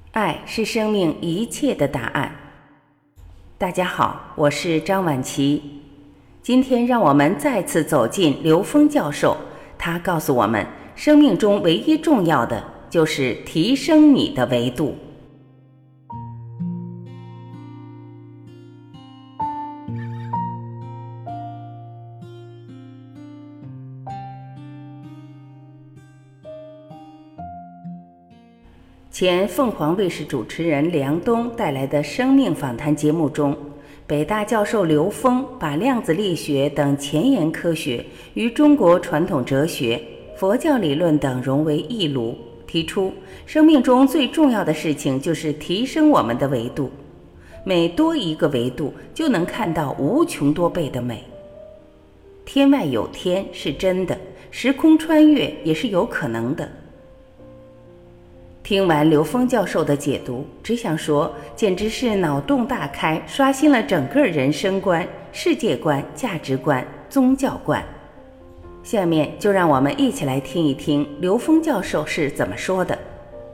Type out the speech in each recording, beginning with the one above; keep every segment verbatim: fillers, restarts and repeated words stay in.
爱是生命一切的答案。大家好，我是张婉琪。今天让我们再次走进刘峰教授，他告诉我们，生命中唯一重要的就是提升你的维度。前凤凰卫视主持人梁冬带来的生命访谈节目中，北大教授刘峰把量子力学等前沿科学与中国传统哲学、佛教理论等融为一炉，提出生命中最重要的事情就是提升我们的维度，每多一个维度就能看到无穷多倍的美。天外有天是真的，时空穿越也是有可能的。听完刘峰教授的解读，只想说，简直是脑洞大开，刷新了整个人生观、世界观、价值观、宗教观。下面就让我们一起来听一听刘峰教授是怎么说的。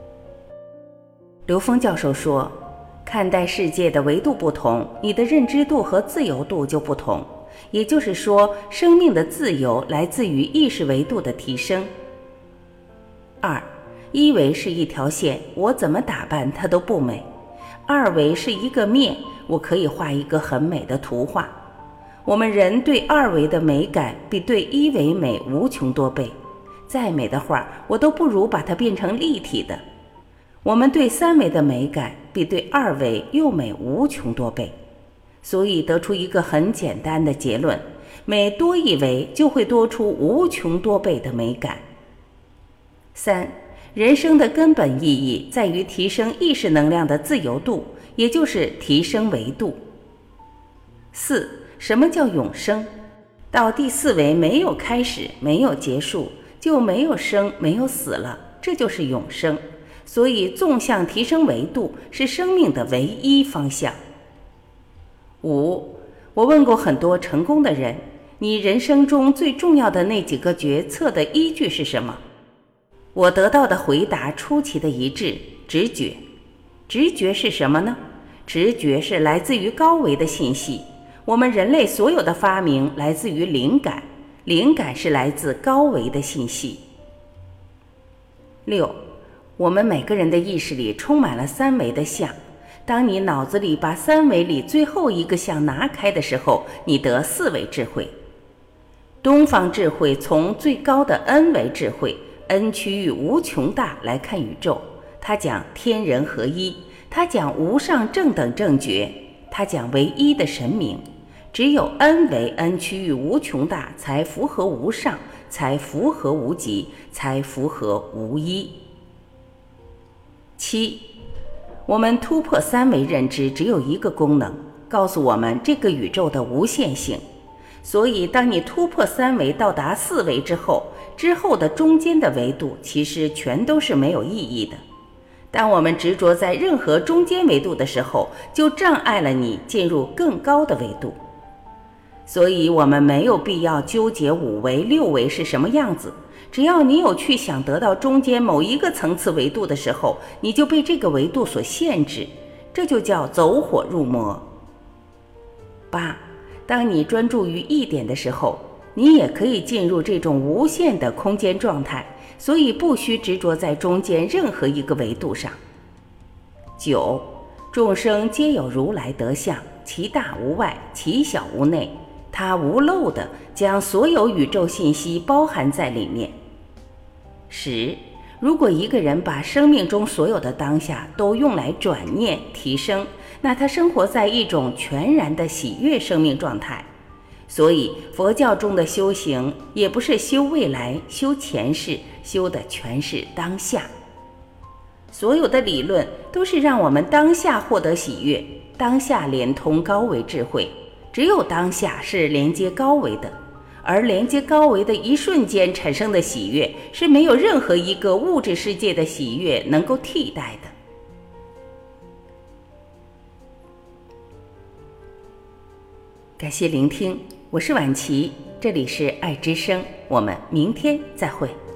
刘峰教授说，看待世界的维度不同，你的认知度和自由度就不同。也就是说，生命的自由来自于意识维度的提升。二一维是一条线，我怎么打扮它都不美。二维是一个面，我可以画一个很美的图画。我们人对二维的美感比对一维美无穷多倍，再美的画我都不如把它变成立体的。我们对三维的美感比对二维又美无穷多倍，所以得出一个很简单的结论，每多一维就会多出无穷多倍的美感。三人生的根本意义在于提升意识能量的自由度，也就是提升维度。四，什么叫永生？到第四维没有开始，没有结束，就没有生，没有死了，这就是永生。所以纵向提升维度是生命的唯一方向。五，我问过很多成功的人，你人生中最重要的那几个决策的依据是什么？我得到的回答出奇的一致，直觉。直觉是什么呢？直觉是来自于高维的信息。我们人类所有的发明来自于灵感，灵感是来自高维的信息。六，我们每个人的意识里充满了三维的相。当你脑子里把三维里最后一个相拿开的时候，你得四维智慧。东方智慧从最高的 N 维智慧N 区域无穷大来看宇宙，他讲天人合一，他讲无上正等正觉，他讲唯一的神明。只有 N 为 N 区域无穷大，才符合无上，才符合无极，才符合无一。七，我们突破三维认知只有一个功能，告诉我们这个宇宙的无限性。所以当你突破三维到达四维之后，之后的中间的维度其实全都是没有意义的。当我们执着在任何中间维度的时候，就障碍了你进入更高的维度。所以我们没有必要纠结五维六维是什么样子，只要你有去想得到中间某一个层次维度的时候，你就被这个维度所限制，这就叫走火入魔。八，当你专注于一点的时候，你也可以进入这种无限的空间状态，所以不需执着在中间任何一个维度上。九，众生皆有如来德相，其大无外，其小无内，它无漏的将所有宇宙信息包含在里面。十，如果一个人把生命中所有的当下都用来转念提升，那他生活在一种全然的喜悦生命状态。所以佛教中的修行也不是修未来、修前世，修的全是当下。所有的理论都是让我们当下获得喜悦，当下连通高维智慧，只有当下是连接高维的，而连接高维的一瞬间产生的喜悦，是没有任何一个物质世界的喜悦能够替代的。感谢聆听，我是婉琪，这里是爱之声，我们明天再会。